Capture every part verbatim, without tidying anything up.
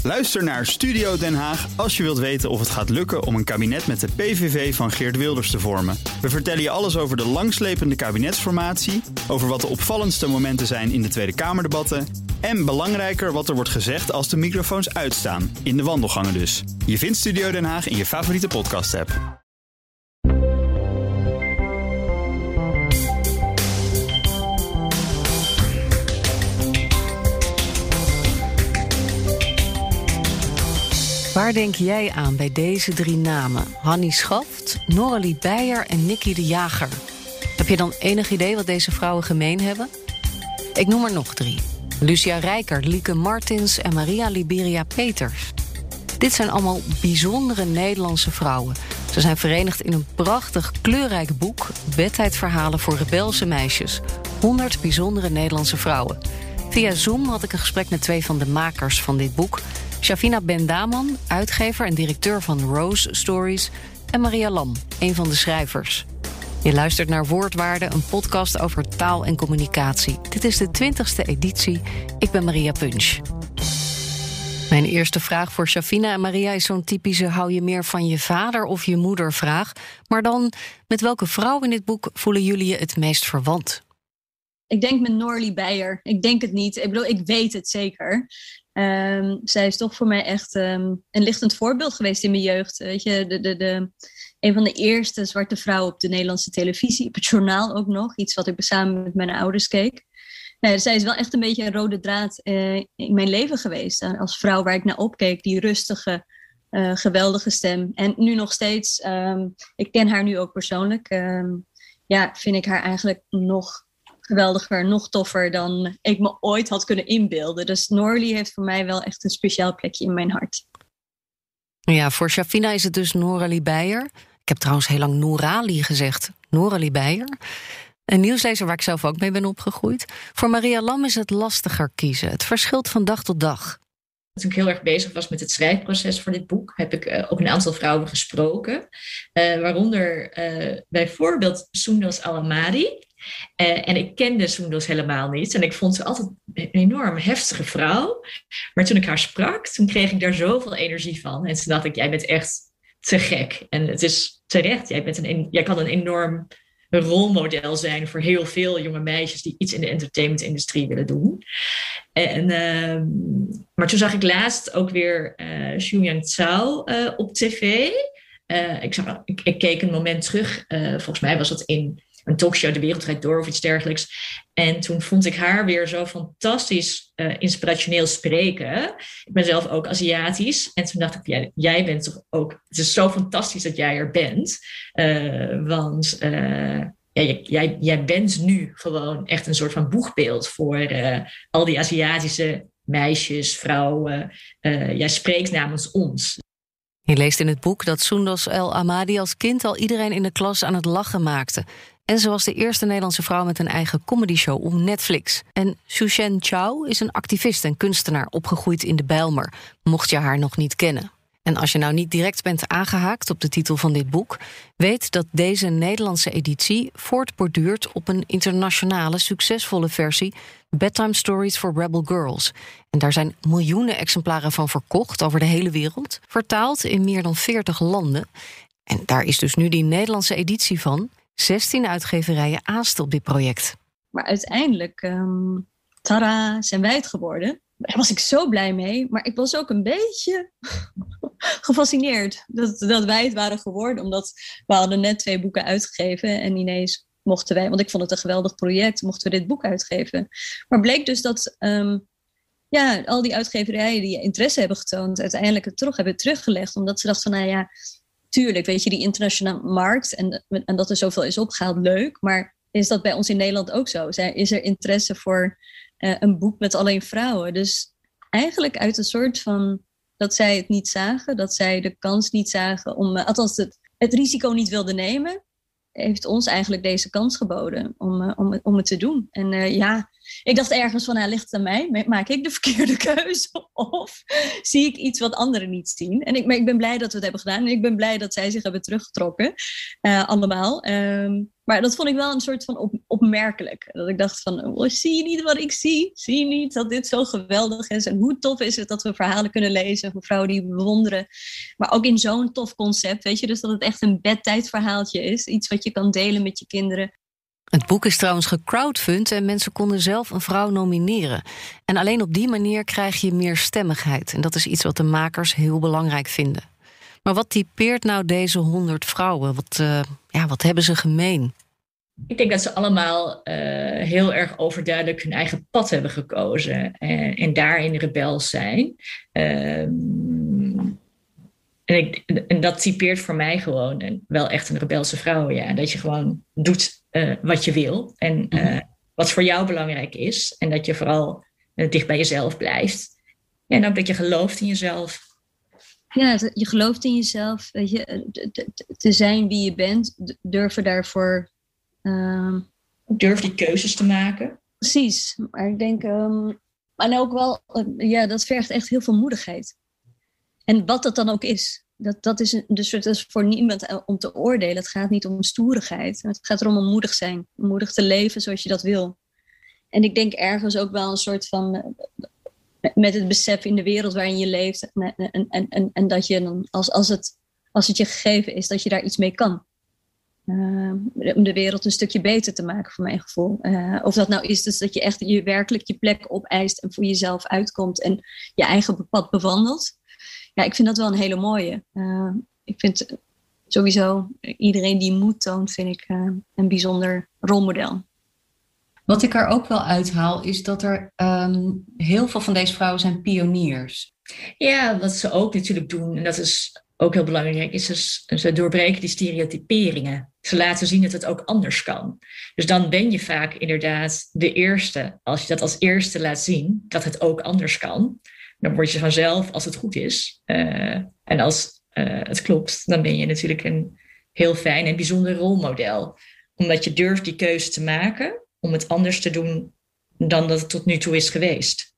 Luister naar Studio Den Haag als je wilt weten of het gaat lukken om een kabinet met de P V V van Geert Wilders te vormen. We vertellen je alles over de langslepende kabinetsformatie, over wat de opvallendste momenten zijn in de Tweede Kamerdebatten en belangrijker wat er wordt gezegd als de microfoons uitstaan, in de wandelgangen dus. Je vindt Studio Den Haag in je favoriete podcast-app. Waar denk jij aan bij deze drie namen? Hannie Schaft, Noralie Beijer en Nikki de Jager. Heb je dan enig idee wat deze vrouwen gemeen hebben? Ik noem er nog drie. Lucia Rijker, Lieke Martins en Maria Liberia Peters. Dit zijn allemaal bijzondere Nederlandse vrouwen. Ze zijn verenigd in een prachtig, kleurrijk boek, Bedtijdverhalen voor rebelse meisjes. honderd bijzondere Nederlandse vrouwen. Via Zoom had ik een gesprek met twee van de makers van dit boek. Shavina Ben-Daman, uitgever en directeur van Rose Stories, en Maria Lam, een van de schrijvers. Je luistert naar Woordwaarde, een podcast over taal en communicatie. Dit is de twintigste editie. Ik ben Maria Punch. Mijn eerste vraag voor Shavina en Maria is zo'n typische hou je meer van je vader of je moeder vraag. Maar dan, met welke vrouw in dit boek voelen jullie je het meest verwant? Ik denk met Noralie Beijer. Ik denk het niet. Ik bedoel, ik weet het zeker. Um, zij is toch voor mij echt um, een lichtend voorbeeld geweest in mijn jeugd. Weet je, de, de, de, een van de eerste zwarte vrouwen op de Nederlandse televisie. Op het journaal ook nog. Iets wat ik samen met mijn ouders keek. Nou, zij is wel echt een beetje een rode draad uh, in mijn leven geweest. Uh, als vrouw waar ik naar opkeek. Die rustige, uh, geweldige stem. En nu nog steeds. Um, ik ken haar nu ook persoonlijk. Um, ja, vind ik haar eigenlijk nog geweldiger, nog toffer dan ik me ooit had kunnen inbeelden. Dus Noralie heeft voor mij wel echt een speciaal plekje in mijn hart. Ja, voor Shavina is het dus Noralie Beijer. Ik heb trouwens heel lang Noralie gezegd. Noralie Beijer. Een nieuwslezer waar ik zelf ook mee ben opgegroeid. Voor Maria Lam is het lastiger kiezen. Het verschilt van dag tot dag. Toen ik heel erg bezig was met het schrijfproces voor dit boek, heb ik uh, ook een aantal vrouwen gesproken. Uh, waaronder uh, bijvoorbeeld Soundos Al-Amadi. Uh, en ik kende Soundos helemaal niet. En ik vond ze altijd een enorm heftige vrouw. Maar toen ik haar sprak, toen kreeg ik daar zoveel energie van. En toen dacht ik, jij bent echt te gek. En het is terecht, jij, bent een, jij kan een enorm rolmodel zijn voor heel veel jonge meisjes die iets in de entertainmentindustrie willen doen. En, uh, maar toen zag ik laatst ook weer uh, Xu Yang Zhao uh, op tv. Uh, ik, zag, ik, ik keek een moment terug. Uh, volgens mij was dat in een talkshow De Wereld Draait Door of iets dergelijks. En toen vond ik haar weer zo fantastisch uh, inspirationeel spreken. Ik ben zelf ook Aziatisch. En toen dacht ik, jij, jij bent toch ook... Het is zo fantastisch dat jij er bent. Uh, want uh, ja, jij, jij, jij bent nu gewoon echt een soort van boegbeeld voor uh, al die Aziatische meisjes, vrouwen. Uh, jij spreekt namens ons. Je leest in het boek dat Soundos Al-Amadi als kind al iedereen in de klas aan het lachen maakte. En ze was de eerste Nederlandse vrouw met een eigen comedyshow op Netflix. En Xuchen Chao is een activist en kunstenaar opgegroeid in de Bijlmer, mocht je haar nog niet kennen. En als je nou niet direct bent aangehaakt op de titel van dit boek, weet dat deze Nederlandse editie voortborduurt op een internationale succesvolle versie, Bedtime Stories for Rebel Girls. En daar zijn miljoenen exemplaren van verkocht over de hele wereld, vertaald in meer dan veertig landen. En daar is dus nu die Nederlandse editie van. zestien uitgeverijen aasten op dit project. Maar uiteindelijk, um, tada, zijn wij het geworden. Daar was ik zo blij mee. Maar ik was ook een beetje gefascineerd dat, dat wij het waren geworden. Omdat we hadden net twee boeken uitgegeven. En ineens mochten wij, want ik vond het een geweldig project, mochten we dit boek uitgeven. Maar bleek dus dat um, ja, al die uitgeverijen die interesse hebben getoond, uiteindelijk het terug hebben teruggelegd. Omdat ze dachten van, nou ja, tuurlijk, weet je, die internationale markt en, en dat er zoveel is opgehaald, leuk. Maar is dat bij ons in Nederland ook zo? Is er interesse voor uh, een boek met alleen vrouwen? Dus eigenlijk uit een soort van dat zij het niet zagen, dat zij de kans niet zagen om, uh, althans het, het risico niet wilden nemen, heeft ons eigenlijk deze kans geboden om, uh, om, om het te doen. En uh, ja, ik dacht ergens van, nou, ligt het aan mij? Maak ik de verkeerde keuze? Of zie ik iets wat anderen niet zien? En ik, maar ik ben blij dat we het hebben gedaan. En ik ben blij dat zij zich hebben teruggetrokken. Uh, allemaal. Um, Maar dat vond ik wel een soort van op, opmerkelijk. Dat ik dacht van, oh, zie je niet wat ik zie? Zie je niet dat dit zo geweldig is? En hoe tof is het dat we verhalen kunnen lezen van vrouwen die we bewonderen. Maar ook in zo'n tof concept, weet je. Dus dat het echt een bedtijdverhaaltje is. Iets wat je kan delen met je kinderen. Het boek is trouwens gecrowdfund en mensen konden zelf een vrouw nomineren. En alleen op die manier krijg je meer stemmigheid. En dat is iets wat de makers heel belangrijk vinden. Maar wat typeert nou deze honderd vrouwen? Wat, uh, ja, wat hebben ze gemeen? Ik denk dat ze allemaal uh, heel erg overduidelijk hun eigen pad hebben gekozen. Uh, en daarin rebels zijn. Uh, en, ik, en dat typeert voor mij gewoon een, wel echt een rebelse vrouw. Ja. Dat je gewoon doet uh, wat je wil. En uh, wat voor jou belangrijk is. En dat je vooral uh, dicht bij jezelf blijft. En ook dat je gelooft in jezelf. Ja, je gelooft in jezelf. Weet je, te zijn wie je bent. Durven daarvoor... Uh, Durf die keuzes te maken. Precies. Maar ik denk... Um, en ook wel... Uh, ja, dat vergt echt heel veel moedigheid. En wat dat dan ook is. Dat, dat, is dus, dat is voor niemand om te oordelen. Het gaat niet om stoerigheid. Het gaat erom om moedig zijn. Moedig te leven zoals je dat wil. En ik denk ergens ook wel een soort van... Uh, met het besef in de wereld waarin je leeft. En, en, en, en, en dat je dan, als, als, het, als het je gegeven is, dat je daar iets mee kan. Uh, om de wereld een stukje beter te maken, voor mijn gevoel. Uh, of dat nou is dus dat je echt je werkelijk je plek opeist en voor jezelf uitkomt en je eigen pad bewandelt. Ja, ik vind dat wel een hele mooie. Uh, ik vind sowieso iedereen die moed toont, vind ik uh, een bijzonder rolmodel. Wat ik er ook wel uithaal, is dat er um, heel veel van deze vrouwen zijn pioniers. Ja, wat ze ook natuurlijk doen, en dat is ook heel belangrijk, is dus, ze doorbreken die stereotyperingen. Ze laten zien dat het ook anders kan. Dus dan ben je vaak inderdaad de eerste. Als je dat als eerste laat zien, dat het ook anders kan, dan word je vanzelf, als het goed is, uh, en als uh, het klopt, dan ben je natuurlijk een heel fijn en bijzonder rolmodel. Omdat je durft die keuze te maken om het anders te doen dan dat het tot nu toe is geweest.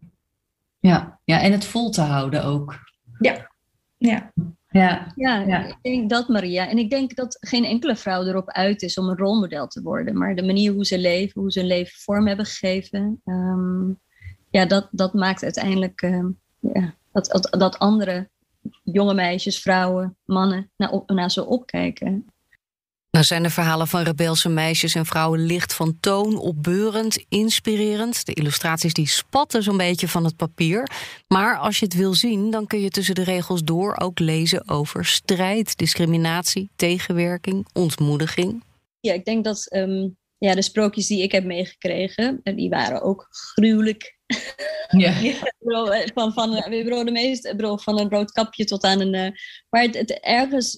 Ja, ja, en het vol te houden ook. Ja, ja. Ja, ja, ja. Ik denk dat, Maria. En ik denk dat geen enkele vrouw erop uit is om een rolmodel te worden. Maar de manier hoe ze leven, hoe ze hun leven vorm hebben gegeven... Um, ja, dat, dat maakt uiteindelijk um, ja, dat, dat, dat andere jonge meisjes, vrouwen, mannen naar, op, naar ze opkijken. Nou zijn de verhalen van rebelse meisjes en vrouwen licht van toon, opbeurend, inspirerend. De illustraties die spatten zo'n beetje van het papier. Maar als je het wil zien, dan kun je tussen de regels door ook lezen over strijd, discriminatie, tegenwerking, ontmoediging. Ja, ik denk dat um, ja, de sprookjes die ik heb meegekregen, die waren ook gruwelijk. Ja. van, van, de meest, van een rood kapje tot aan een... Uh, maar het, het ergens...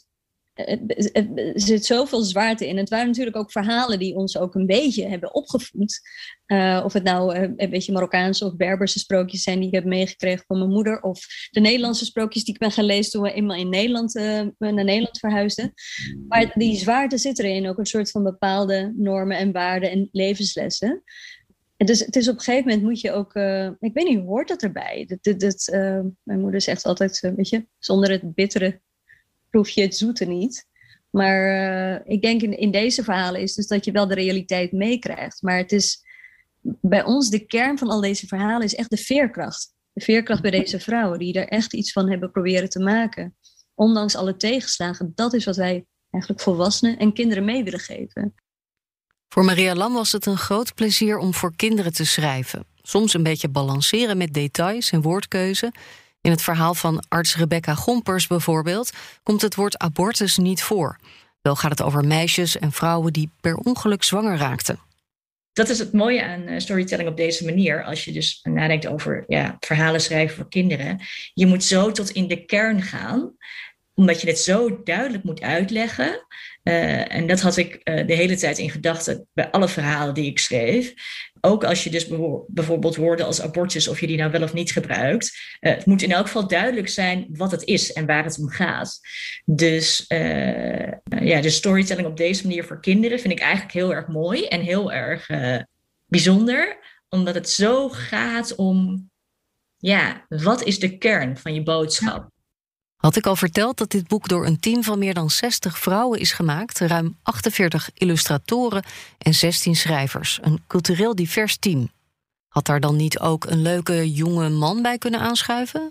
Er zit zoveel zwaarte in. Het waren natuurlijk ook verhalen die ons ook een beetje hebben opgevoed. Uh, of het nou uh, een beetje Marokkaanse of Berberse sprookjes zijn die ik heb meegekregen van mijn moeder. Of de Nederlandse sprookjes die ik ben gaan lezen toen we eenmaal in Nederland, uh, naar Nederland verhuisden. Maar die zwaarte zit erin. Ook een soort van bepaalde normen en waarden en levenslessen. En dus het is op een gegeven moment moet je ook... Uh, ik weet niet, hoort dat erbij? Dat, dat, dat, uh, mijn moeder zegt altijd, uh, weet je, zonder het bittere proef je het zoete niet. Maar uh, ik denk in, in deze verhalen is dus dat je wel de realiteit meekrijgt. Maar het is bij ons de kern van al deze verhalen is echt de veerkracht. De veerkracht bij deze vrouwen die er echt iets van hebben proberen te maken. Ondanks alle tegenslagen. Dat is wat wij eigenlijk volwassenen en kinderen mee willen geven. Voor Maria Lam was het een groot plezier om voor kinderen te schrijven. Soms een beetje balanceren met details en woordkeuze. In het verhaal van arts Rebecca Gompers bijvoorbeeld komt het woord abortus niet voor. Wel gaat het over meisjes en vrouwen die per ongeluk zwanger raakten. Dat is het mooie aan storytelling op deze manier. Als je dus nadenkt over ja, verhalen schrijven voor kinderen. Je moet zo tot in de kern gaan, omdat je het zo duidelijk moet uitleggen. Uh, en dat had ik uh, de hele tijd in gedachten bij alle verhalen die ik schreef. Ook als je dus bevo- bijvoorbeeld woorden als abortus, of je die nou wel of niet gebruikt. Uh, het moet in elk geval duidelijk zijn wat het is en waar het om gaat. Dus uh, ja, de storytelling op deze manier voor kinderen vind ik eigenlijk heel erg mooi en heel erg uh, bijzonder. Omdat het zo gaat om, ja, wat is de kern van je boodschap? Had ik al verteld dat dit boek door een team van meer dan zestig vrouwen is gemaakt, ruim achtenveertig illustratoren en zestien schrijvers. Een cultureel divers team. Had daar dan niet ook een leuke jonge man bij kunnen aanschuiven?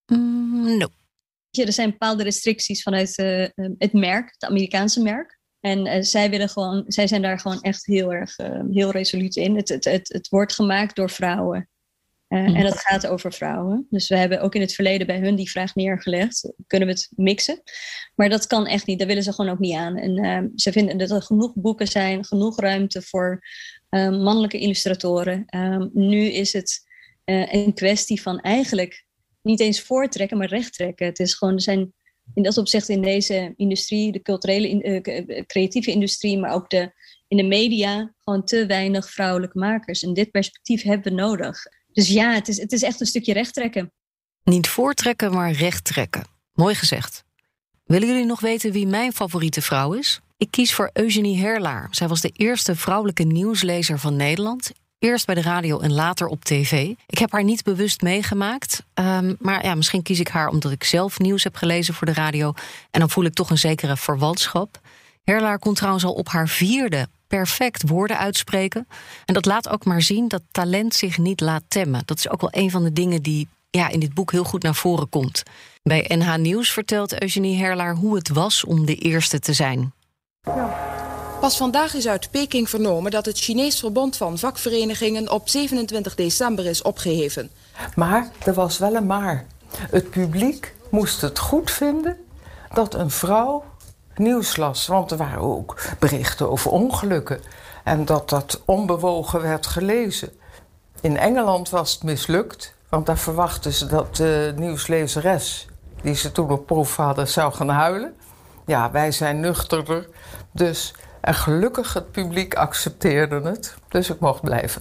Mm, no. Ja, er zijn bepaalde restricties vanuit uh, het merk, het Amerikaanse merk. En uh, zij, willen gewoon, zij zijn daar gewoon echt heel erg uh, heel resoluut in. Het, het, het, het wordt gemaakt door vrouwen. Uh, mm. En dat gaat over vrouwen. Dus we hebben ook in het verleden bij hun die vraag neergelegd. Kunnen we het mixen? Maar dat kan echt niet. Daar willen ze gewoon ook niet aan. En uh, ze vinden dat er genoeg boeken zijn. Genoeg ruimte voor uh, mannelijke illustratoren. Um, nu is het uh, een kwestie van eigenlijk niet eens voortrekken, maar rechttrekken. Het is gewoon, er zijn in dat opzicht in deze industrie, de culturele, uh, creatieve industrie, maar ook de, in de media, gewoon te weinig vrouwelijke makers. En dit perspectief hebben we nodig. Dus ja, het is, het is echt een stukje rechttrekken. Niet voortrekken, maar rechttrekken. Mooi gezegd. Willen jullie nog weten wie mijn favoriete vrouw is? Ik kies voor Eugenie Herlaar. Zij was de eerste vrouwelijke nieuwslezer van Nederland. Eerst bij de radio en later op tv. Ik heb haar niet bewust meegemaakt. Um, maar ja, misschien kies ik haar omdat ik zelf nieuws heb gelezen voor de radio. En dan voel ik toch een zekere verwantschap. Herlaar kon trouwens al op haar vierde perfect woorden uitspreken. En dat laat ook maar zien dat talent zich niet laat temmen. Dat is ook wel een van de dingen die ja, in dit boek heel goed naar voren komt. Bij N H Nieuws vertelt Eugenie Herlaar hoe het was om de eerste te zijn. Ja. Pas vandaag is uit Peking vernomen dat het Chinees Verbond van Vakverenigingen op zevenentwintig december is opgeheven. Maar er was wel een maar. Het publiek moest het goed vinden dat een vrouw nieuws las. Want er waren ook berichten over ongelukken. En dat dat onbewogen werd gelezen. In Engeland was het mislukt. Want daar verwachten ze dat de nieuwslezeres, die ze toen op proef hadden, zou gaan huilen. Ja, wij zijn nuchterder. Dus... En gelukkig het publiek accepteerde het. Dus ik mocht blijven.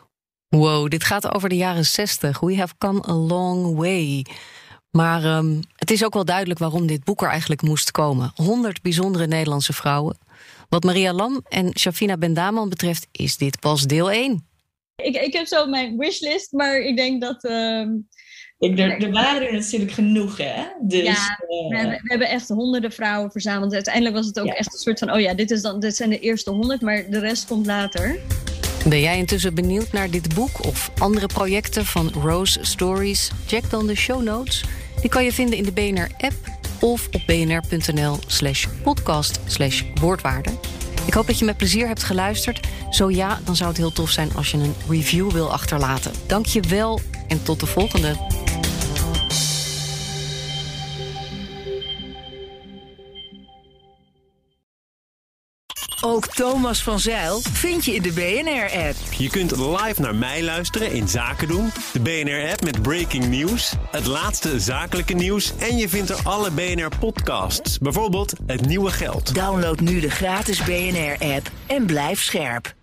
Wow, dit gaat over de jaren zestig. We have come a long way. Maar um, het is ook wel duidelijk waarom dit boek er eigenlijk moest komen. honderd bijzondere Nederlandse vrouwen. Wat Maria Lam en Shafina Bendaman betreft is dit pas deel één. Ik, ik heb zo mijn wishlist, maar ik denk dat... Um... Ik, er, er waren er natuurlijk genoeg, hè? Dus, ja, uh... we, hebben, we hebben echt honderden vrouwen verzameld. Uiteindelijk was het ook ja. echt een soort van... oh ja, dit, is dan, dit zijn de eerste honderd, maar de rest komt later. Ben jij intussen benieuwd naar dit boek of andere projecten van Rose Stories? Check dan de show notes. Die kan je vinden in de B N R-app of op bnr.nl slash podcast slash woordwaarde. Ik hoop dat je met plezier hebt geluisterd. Zo ja, dan zou het heel tof zijn als je een review wil achterlaten. Dank je wel en tot de volgende. Ook Thomas van Zijl vind je in de B N R-app. Je kunt live naar mij luisteren in Zaken doen. De B N R-app met breaking news, het laatste zakelijke nieuws... en je vindt er alle B N R-podcasts. Bijvoorbeeld Het Nieuwe Geld. Download nu de gratis B N R-app en blijf scherp.